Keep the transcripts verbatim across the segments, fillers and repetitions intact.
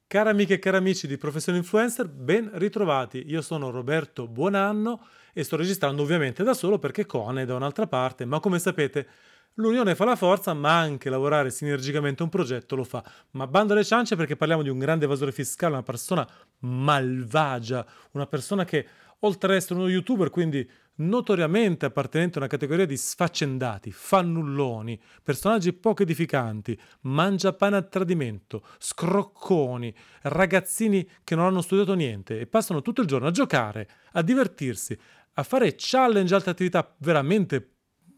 Cari amiche e cari amici di Professione Influencer, ben ritrovati. Io sono Roberto Buonanno e sto registrando ovviamente da solo perché Cone è da un'altra parte, ma come sapete l'unione fa la forza, ma anche lavorare sinergicamente a un progetto lo fa. Ma bando alle ciance perché parliamo di un grande evasore fiscale, una persona malvagia, una persona che oltre ad essere uno youtuber, quindi notoriamente appartenente a una categoria di sfaccendati, fannulloni, personaggi poco edificanti, mangiapane a tradimento, scrocconi, ragazzini che non hanno studiato niente e passano tutto il giorno a giocare, a divertirsi, a fare challenge e altre attività veramente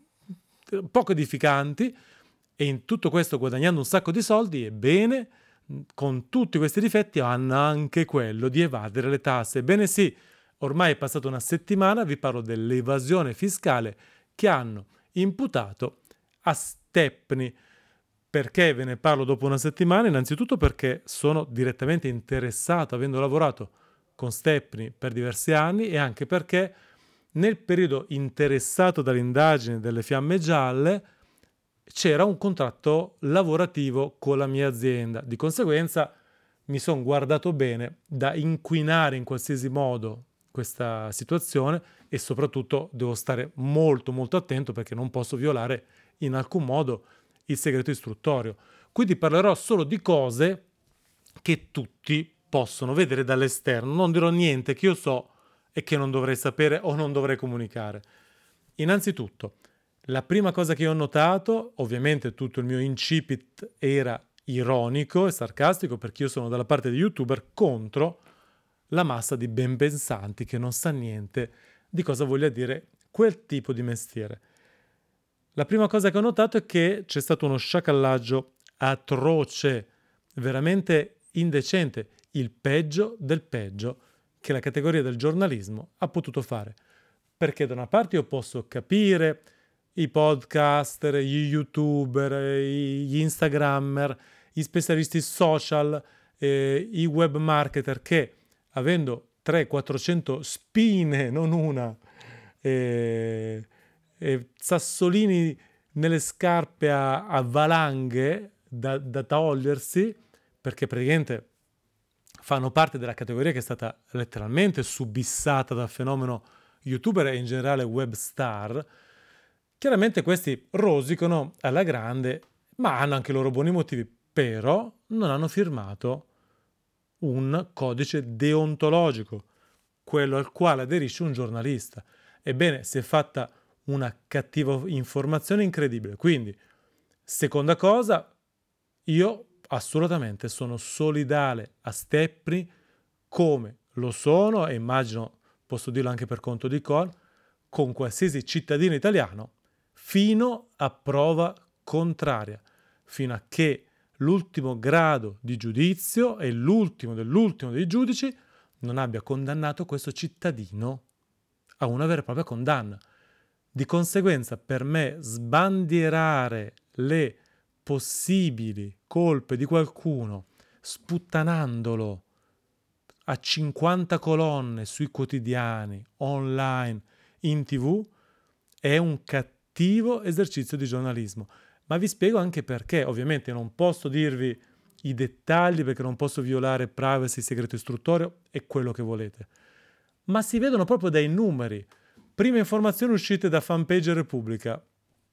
poco edificanti e in tutto questo guadagnando un sacco di soldi, ebbene, con tutti questi difetti hanno anche quello di evadere le tasse. Ebbene sì, ormai è passata una settimana, vi parlo dell'evasione fiscale che hanno imputato a Stepney. Perché ve ne parlo dopo una settimana? Innanzitutto perché sono direttamente interessato, avendo lavorato con Stepney per diversi anni, e anche perché nel periodo interessato dall'indagine delle Fiamme Gialle c'era un contratto lavorativo con la mia azienda. Di conseguenza mi sono guardato bene da inquinare in qualsiasi modo questa situazione e soprattutto devo stare molto molto attento perché non posso violare in alcun modo il segreto istruttorio. Quindi parlerò solo di cose che tutti possono vedere dall'esterno. Non dirò niente che io so e che non dovrei sapere o non dovrei comunicare. Innanzitutto, la prima cosa che ho notato, ovviamente tutto il mio incipit era ironico e sarcastico perché io sono dalla parte di youtuber contro la massa di ben pensanti che non sa niente di cosa voglia dire quel tipo di mestiere. La prima cosa che ho notato è che c'è stato uno sciacallaggio atroce, veramente indecente, il peggio del peggio che la categoria del giornalismo ha potuto fare. Perché da una parte io posso capire i podcaster, gli youtuber, gli instagrammer, gli specialisti social, eh, i web marketer che avendo trecento quattrocento spine, non una, eh, eh, sassolini nelle scarpe a, a valanghe da, da togliersi, perché praticamente fanno parte della categoria che è stata letteralmente subissata dal fenomeno youtuber e in generale web star. Chiaramente questi rosicano alla grande, ma hanno anche i loro buoni motivi, però non hanno firmato un codice deontologico, quello al quale aderisce un giornalista. Ebbene, si è fatta una cattiva informazione incredibile. Quindi, seconda cosa, io assolutamente sono solidale a Stepney come lo sono, e immagino posso dirlo anche per conto di Con, con qualsiasi cittadino italiano, fino a prova contraria, fino a che l'ultimo grado di giudizio e l'ultimo dell'ultimo dei giudici non abbia condannato questo cittadino a una vera e propria condanna. Di conseguenza, per me, sbandierare le possibili colpe di qualcuno, sputtanandolo a cinquanta colonne sui quotidiani, online, in tv, è un cattivo esercizio di giornalismo. Ma vi spiego anche perché. Ovviamente non posso dirvi i dettagli perché non posso violare privacy, segreto istruttorio e quello che volete. Ma si vedono proprio dai numeri. Prime informazioni uscite da fanpage Repubblica.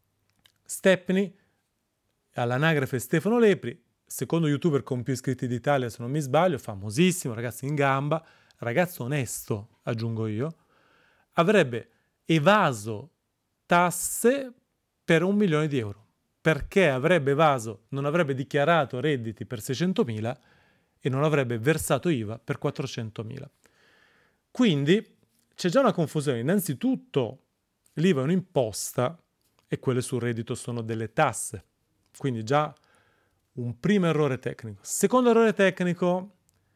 Stepney, all'anagrafe Stefano Lepri, secondo youtuber con più iscritti d'Italia se non mi sbaglio, famosissimo, ragazzo in gamba, ragazzo onesto, aggiungo io, avrebbe evaso tasse per un milione di euro. Perché avrebbe evaso, non avrebbe dichiarato redditi per seicentomila e non avrebbe versato I V A per quattrocentomila. Quindi c'è già una confusione. Innanzitutto l'I V A è un'imposta e quelle sul reddito sono delle tasse. Quindi già un primo errore tecnico. Secondo errore tecnico,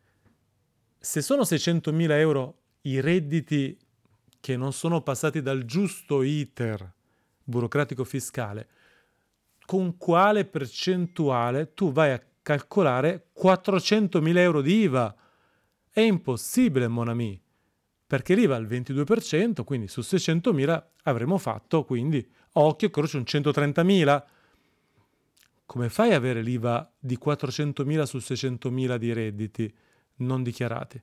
se sono seicentomila euro i redditi che non sono passati dal giusto iter burocratico fiscale, con quale percentuale tu vai a calcolare quattrocentomila euro di I V A? È impossibile, mon ami, perché l'I V A è al ventidue per cento, quindi su seicentomila avremmo fatto, quindi, occhio, croce un centotrentamila. come fai ad avere l'I V A di quattrocentomila su seicentomila di redditi non dichiarati?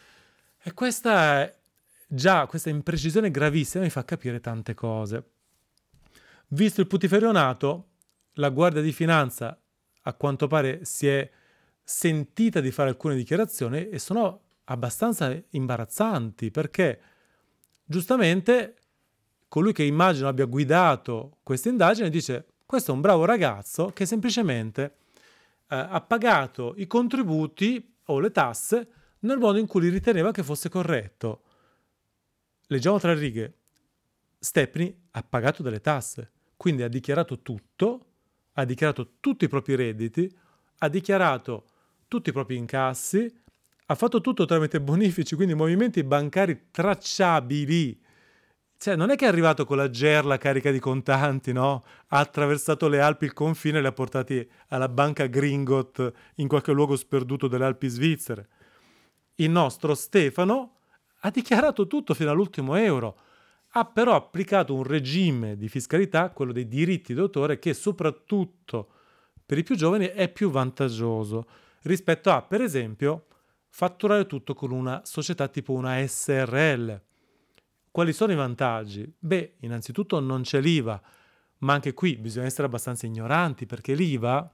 E questa è già, questa imprecisione gravissima mi fa capire tante cose. Visto il putiferio nato, la Guardia di Finanza a quanto pare si è sentita di fare alcune dichiarazioni e sono abbastanza imbarazzanti, perché giustamente colui che immagino abbia guidato questa indagine dice: questo è un bravo ragazzo che semplicemente eh, ha pagato i contributi o le tasse nel modo in cui li riteneva che fosse corretto. Leggiamo tra le righe: Stepney ha pagato delle tasse, quindi ha dichiarato tutto, ha dichiarato tutti i propri redditi, ha dichiarato tutti i propri incassi, ha fatto tutto tramite bonifici, quindi movimenti bancari tracciabili. Cioè, non è che è arrivato con la gerla carica di contanti, no? Ha attraversato le Alpi, il confine, e li ha portati alla banca Gringot in qualche luogo sperduto delle Alpi svizzere. Il nostro Stefano ha dichiarato tutto fino all'ultimo euro. Ha però applicato un regime di fiscalità, quello dei diritti d'autore, che soprattutto per i più giovani è più vantaggioso rispetto a, per esempio, fatturare tutto con una società tipo una S R L. Quali sono i vantaggi? Beh, innanzitutto non c'è l'I V A, ma anche qui bisogna essere abbastanza ignoranti, perché l'I V A,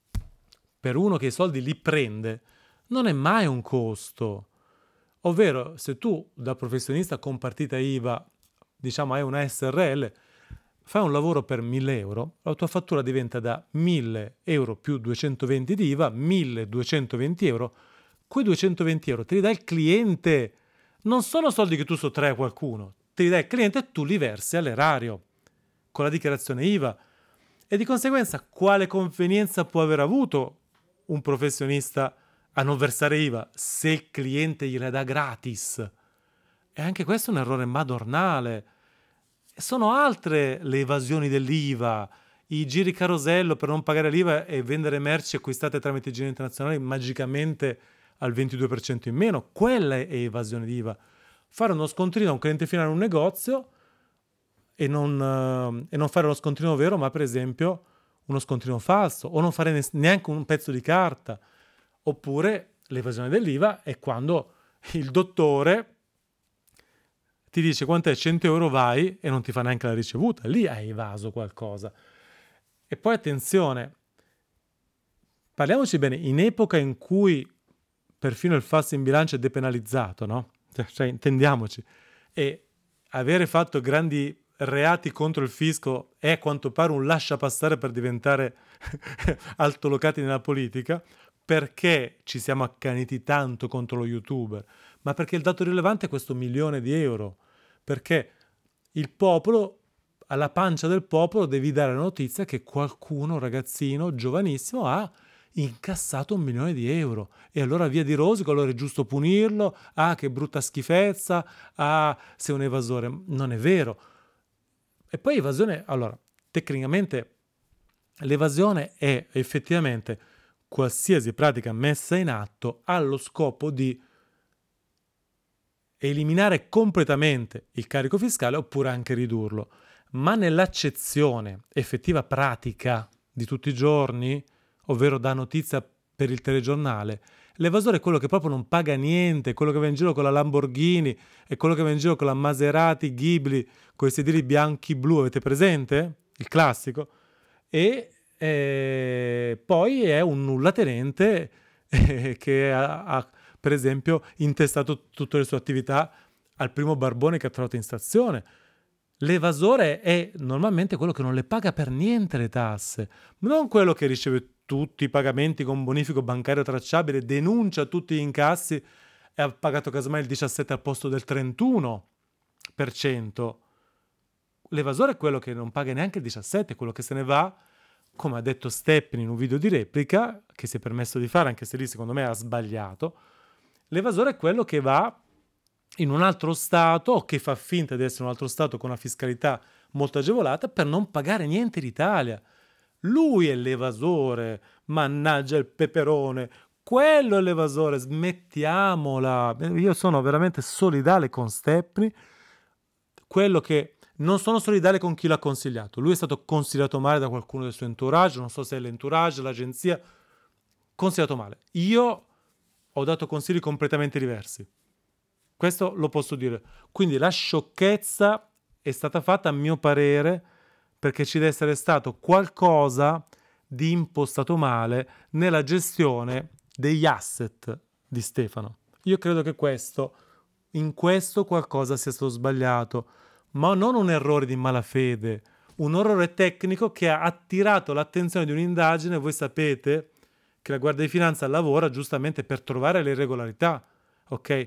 per uno che i soldi li prende, non è mai un costo. Ovvero, se tu da professionista con partita I V A, diciamo hai una S R L, fai un lavoro per mille euro, la tua fattura diventa da mille euro più duecentoventi di I V A, milleduecentoventi euro. Quei duecentoventi euro te li dà il cliente. Non sono soldi che tu sottrai a qualcuno, te li dai al cliente e tu li versi all'erario con la dichiarazione I V A. E di conseguenza quale convenienza può aver avuto un professionista a non versare I V A se il cliente gliela dà gratis? E anche questo è un errore madornale. E sono altre le evasioni dell'I V A, i giri carosello per non pagare l'I V A e vendere merci acquistate tramite giri internazionali magicamente al ventidue per cento in meno. Quella è evasione di I V A. Fare uno scontrino a un cliente finale in un negozio e non, uh, e non fare uno scontrino vero, ma per esempio uno scontrino falso, o non fare ne- neanche un pezzo di carta. Oppure l'evasione dell'I V A è quando il dottore ti dice quant'è, cento euro, vai e non ti fa neanche la ricevuta. Lì hai evaso qualcosa. E poi attenzione, parliamoci bene, in epoca in cui perfino il falso in bilancio è depenalizzato, no? Cioè, intendiamoci. E avere fatto grandi reati contro il fisco è a quanto pare un lascia passare per diventare altolocati nella politica. Perché ci siamo accaniti tanto contro lo youtuber? Ma perché il dato rilevante è questo milione di euro. Perché il popolo, alla pancia del popolo, devi dare la notizia che qualcuno, un ragazzino giovanissimo, ha incassato un milione di euro. E allora via di rosico, allora è giusto punirlo. Ah, che brutta schifezza. Ah, sei un evasore. Non è vero. E poi evasione, allora, tecnicamente l'evasione è effettivamente qualsiasi pratica messa in atto allo scopo di eliminare completamente il carico fiscale oppure anche ridurlo. Ma nell'accezione effettiva pratica di tutti i giorni, ovvero da notizia per il telegiornale, l'evasore è quello che proprio non paga niente, quello che va in giro con la Lamborghini, è quello che va in giro con la Maserati Ghibli, con i sedili bianchi blu, avete presente? Il classico. E eh, poi è un nullatenente eh, che ha, ha, per esempio, intestato tutte le sue attività al primo barbone che ha trovato in stazione. L'evasore è normalmente quello che non le paga per niente le tasse, non quello che riceve tutti i pagamenti con bonifico bancario tracciabile, denuncia tutti gli incassi e ha pagato casomai il diciassette al posto del trentuno per cento. L'evasore è quello che non paga neanche il diciassette, quello che se ne va, come ha detto Stepney in un video di replica, che si è permesso di fare, anche se lì secondo me ha sbagliato. L'evasore è quello che va in un altro stato o che fa finta di essere un altro stato con una fiscalità molto agevolata per non pagare niente in Italia. Lui è l'evasore, mannaggia il peperone, quello è l'evasore, smettiamola. Io sono veramente solidale con Stepney, quello che non sono solidale con chi l'ha consigliato. Lui è stato consigliato male da qualcuno del suo entourage, non so se è l'entourage, l'agenzia, consigliato male. Io ho dato consigli completamente diversi. Questo lo posso dire. Quindi la sciocchezza è stata fatta, a mio parere, perché ci deve essere stato qualcosa di impostato male nella gestione degli asset di Stefano. Io credo che questo, in questo qualcosa sia stato sbagliato, ma non un errore di malafede, un errore tecnico che ha attirato l'attenzione di un'indagine. Voi sapete che la Guardia di Finanza lavora giustamente per trovare le irregolarità, ok?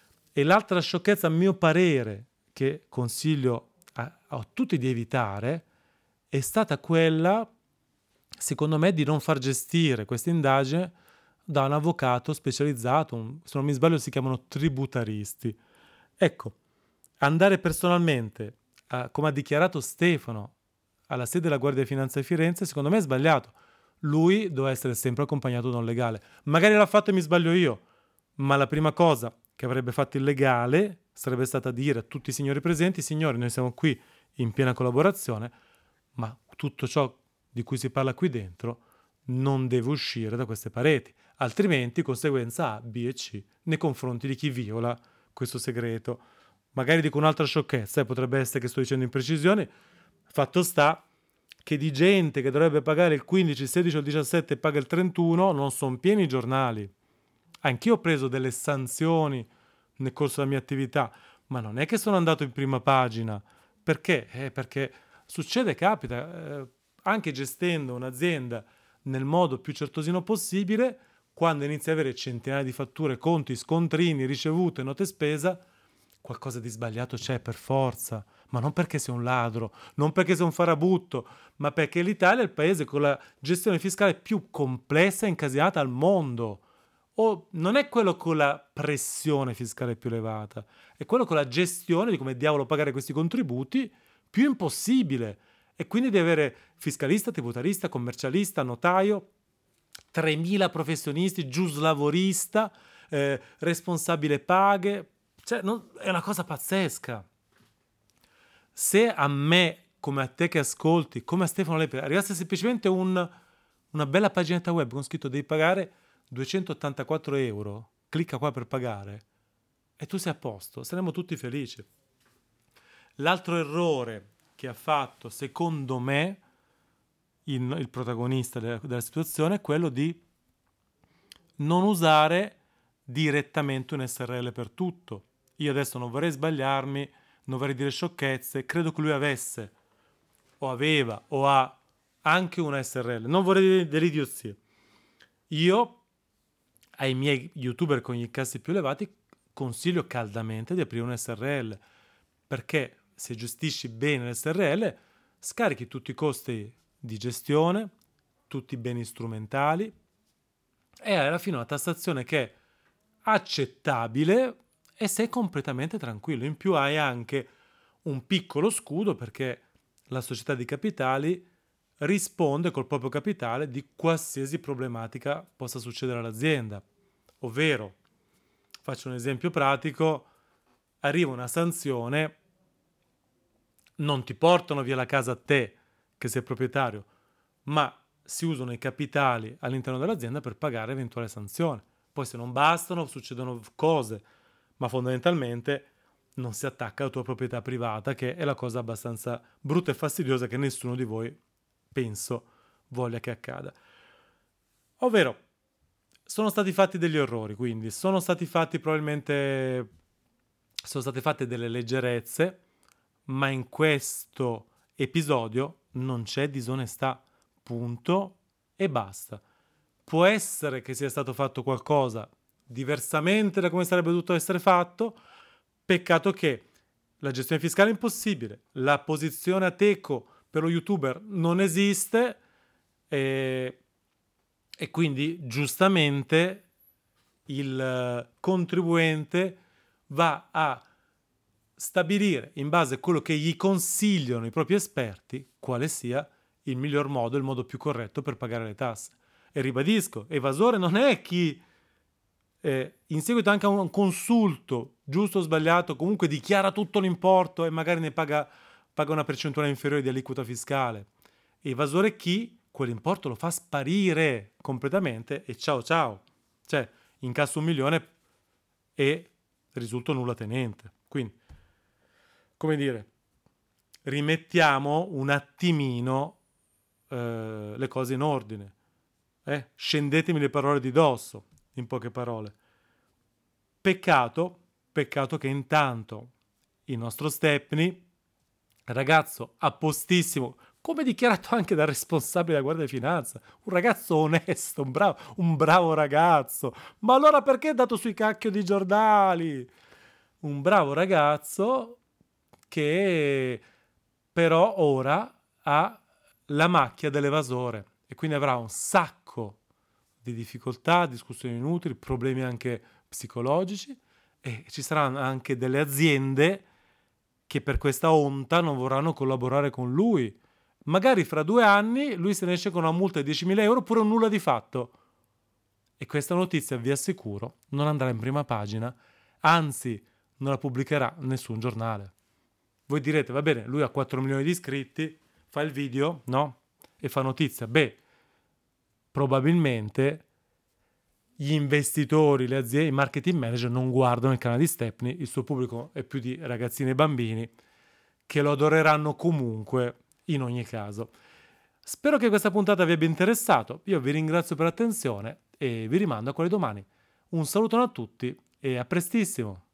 E l'altra sciocchezza, a mio parere, che consiglio a, a tutti di evitare, è stata quella, secondo me, di non far gestire questa indagine da un avvocato specializzato, un, se non mi sbaglio si chiamano tributaristi. Ecco, andare personalmente, a, come ha dichiarato Stefano, alla sede della Guardia di Finanza di Firenze, secondo me è sbagliato. Lui doveva essere sempre accompagnato da un legale. Magari l'ha fatto e mi sbaglio io, ma la prima cosa che avrebbe fatto il legale sarebbe stata dire a tutti i signori presenti: signori, noi siamo qui in piena collaborazione, ma tutto ciò di cui si parla qui dentro non deve uscire da queste pareti, altrimenti conseguenza A, B e C nei confronti di chi viola questo segreto. Magari dico un'altra sciocchezza, eh, potrebbe essere che sto dicendo imprecisioni. Fatto sta che di gente che dovrebbe pagare il quindici, il sedici o il diciassette e paga il trentuno non sono pieni i giornali. Anch'io ho preso delle sanzioni nel corso della mia attività, ma non è che sono andato in prima pagina. Perché? Eh, perché succede, capita, eh, anche gestendo un'azienda nel modo più certosino possibile, quando inizi ad avere centinaia di fatture, conti, scontrini, ricevute, note spesa, qualcosa di sbagliato c'è per forza, ma non perché sei un ladro, non perché sei un farabutto, ma perché l'Italia è il paese con la gestione fiscale più complessa e incasinata al mondo. O non è quello con la pressione fiscale più elevata, è quello con la gestione di come diavolo pagare questi contributi più impossibile. E quindi devi avere fiscalista, tributarista, commercialista, notaio, tremila professionisti, giuslavorista, eh, responsabile paghe. Cioè, non, è una cosa pazzesca. Se a me, come a te che ascolti, come a Stefano Lepre, arrivasse semplicemente un, una bella paginetta web con scritto devi pagare duecentottantaquattro euro, clicca qua per pagare, e tu sei a posto, saremo tutti felici. L'altro errore che ha fatto, secondo me, il, il protagonista della, della situazione è quello di non usare direttamente un S R L per tutto. Io adesso non vorrei sbagliarmi, non vorrei dire sciocchezze, credo che lui avesse, o aveva, o ha anche una S R L. Non vorrei dire delle idiozie. Io, ai miei youtuber con gli incassi più elevati, consiglio caldamente di aprire un S R L, perché se gestisci bene l'S R L, scarichi tutti i costi di gestione, tutti i beni strumentali, e hai alla fine una tassazione che è accettabile e sei completamente tranquillo. In più hai anche un piccolo scudo, perché la società di capitali risponde col proprio capitale di qualsiasi problematica possa succedere all'azienda. Ovvero, faccio un esempio pratico, arriva una sanzione, non ti portano via la casa a te che sei proprietario, ma si usano i capitali all'interno dell'azienda per pagare eventuale sanzione. Poi se non bastano succedono cose, ma fondamentalmente non si attacca alla tua proprietà privata, che è la cosa abbastanza brutta e fastidiosa che nessuno di voi, penso, voglia che accada. Ovvero, sono stati fatti degli errori, quindi sono stati fatti probabilmente sono state fatte delle leggerezze, ma in questo episodio non c'è disonestà, punto e basta. Può essere che sia stato fatto qualcosa diversamente da come sarebbe dovuto essere fatto, peccato che la gestione fiscale è impossibile, la posizione a teco per lo youtuber non esiste, e, e quindi giustamente il contribuente va a stabilire, in base a quello che gli consigliano i propri esperti, quale sia il miglior modo, il modo più corretto per pagare le tasse. E ribadisco, evasore non è chi eh, in seguito anche a un consulto, giusto o sbagliato, comunque dichiara tutto l'importo e magari ne paga paga una percentuale inferiore di aliquota fiscale. Evasore chi? Quell'importo lo fa sparire completamente e ciao ciao. Cioè, incasso un milione e risulto nulla tenente. Quindi, come dire, rimettiamo un attimino eh, le cose in ordine. Eh? Scendetemi le parole di dosso, in poche parole. Peccato, peccato che intanto il nostro Stepney, ragazzo appostissimo, come dichiarato anche dal responsabile della Guardia di Finanza, un ragazzo onesto, un bravo, un bravo ragazzo. Ma allora perché è dato sui cacchio di giornali? Un bravo ragazzo che però ora ha la macchia dell'evasore e quindi avrà un sacco di difficoltà, discussioni inutili, problemi anche psicologici, e ci saranno anche delle aziende che per questa onta non vorranno collaborare con lui. Magari fra due anni lui se ne esce con una multa di diecimila euro oppure un nulla di fatto. E questa notizia, vi assicuro, non andrà in prima pagina, anzi non la pubblicherà nessun giornale. Voi direte, va bene, lui ha quattro milioni di iscritti, fa il video, no? E fa notizia. Beh, probabilmente gli investitori, le aziende, i marketing manager non guardano il canale di Stepney, il suo pubblico è più di ragazzini e bambini che lo adoreranno comunque in ogni caso. Spero che questa puntata vi abbia interessato, io vi ringrazio per l'attenzione e vi rimando a quelle domani. Un saluto a tutti e a prestissimo!